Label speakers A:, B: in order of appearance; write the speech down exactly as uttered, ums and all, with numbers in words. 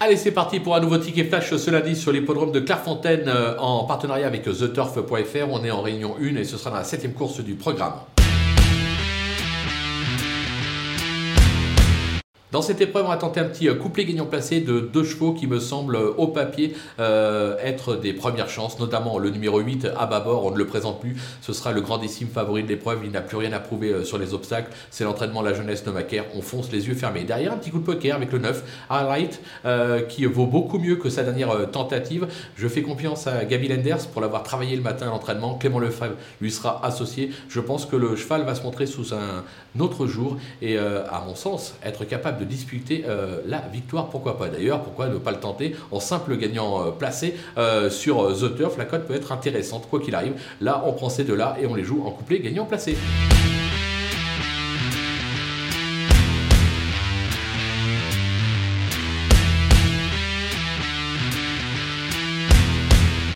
A: Allez, c'est parti pour un nouveau ticket flash ce lundi sur l'hippodrome de Clairefontaine euh, en partenariat avec the turf point f r. On est en réunion un et ce sera dans la septième course du programme. Dans cette épreuve, on va tenter un petit couplet gagnant placé de deux chevaux qui me semblent au papier euh, être des premières chances, notamment le numéro huit à bâbord, on ne le présente plus, ce sera le grandissime favori de l'épreuve, il n'a plus rien à prouver sur les obstacles, c'est l'entraînement la jeunesse de Macaire, on fonce les yeux fermés. Derrière, un petit coup de poker avec le neuf, Highlight, euh, qui vaut beaucoup mieux que sa dernière tentative. Je fais confiance à Gaby Lenders pour l'avoir travaillé le matin à l'entraînement, Clément Lefebvre lui sera associé. Je pense que le cheval va se montrer sous un autre jour et euh, à mon sens, être capable de disputer euh, la victoire, pourquoi pas. D'ailleurs, pourquoi ne pas le tenter en simple gagnant euh, placé euh, sur euh, The Turf. La cote peut être intéressante quoi qu'il arrive. Là, on prend ces deux-là et on les joue en couplet gagnant placé.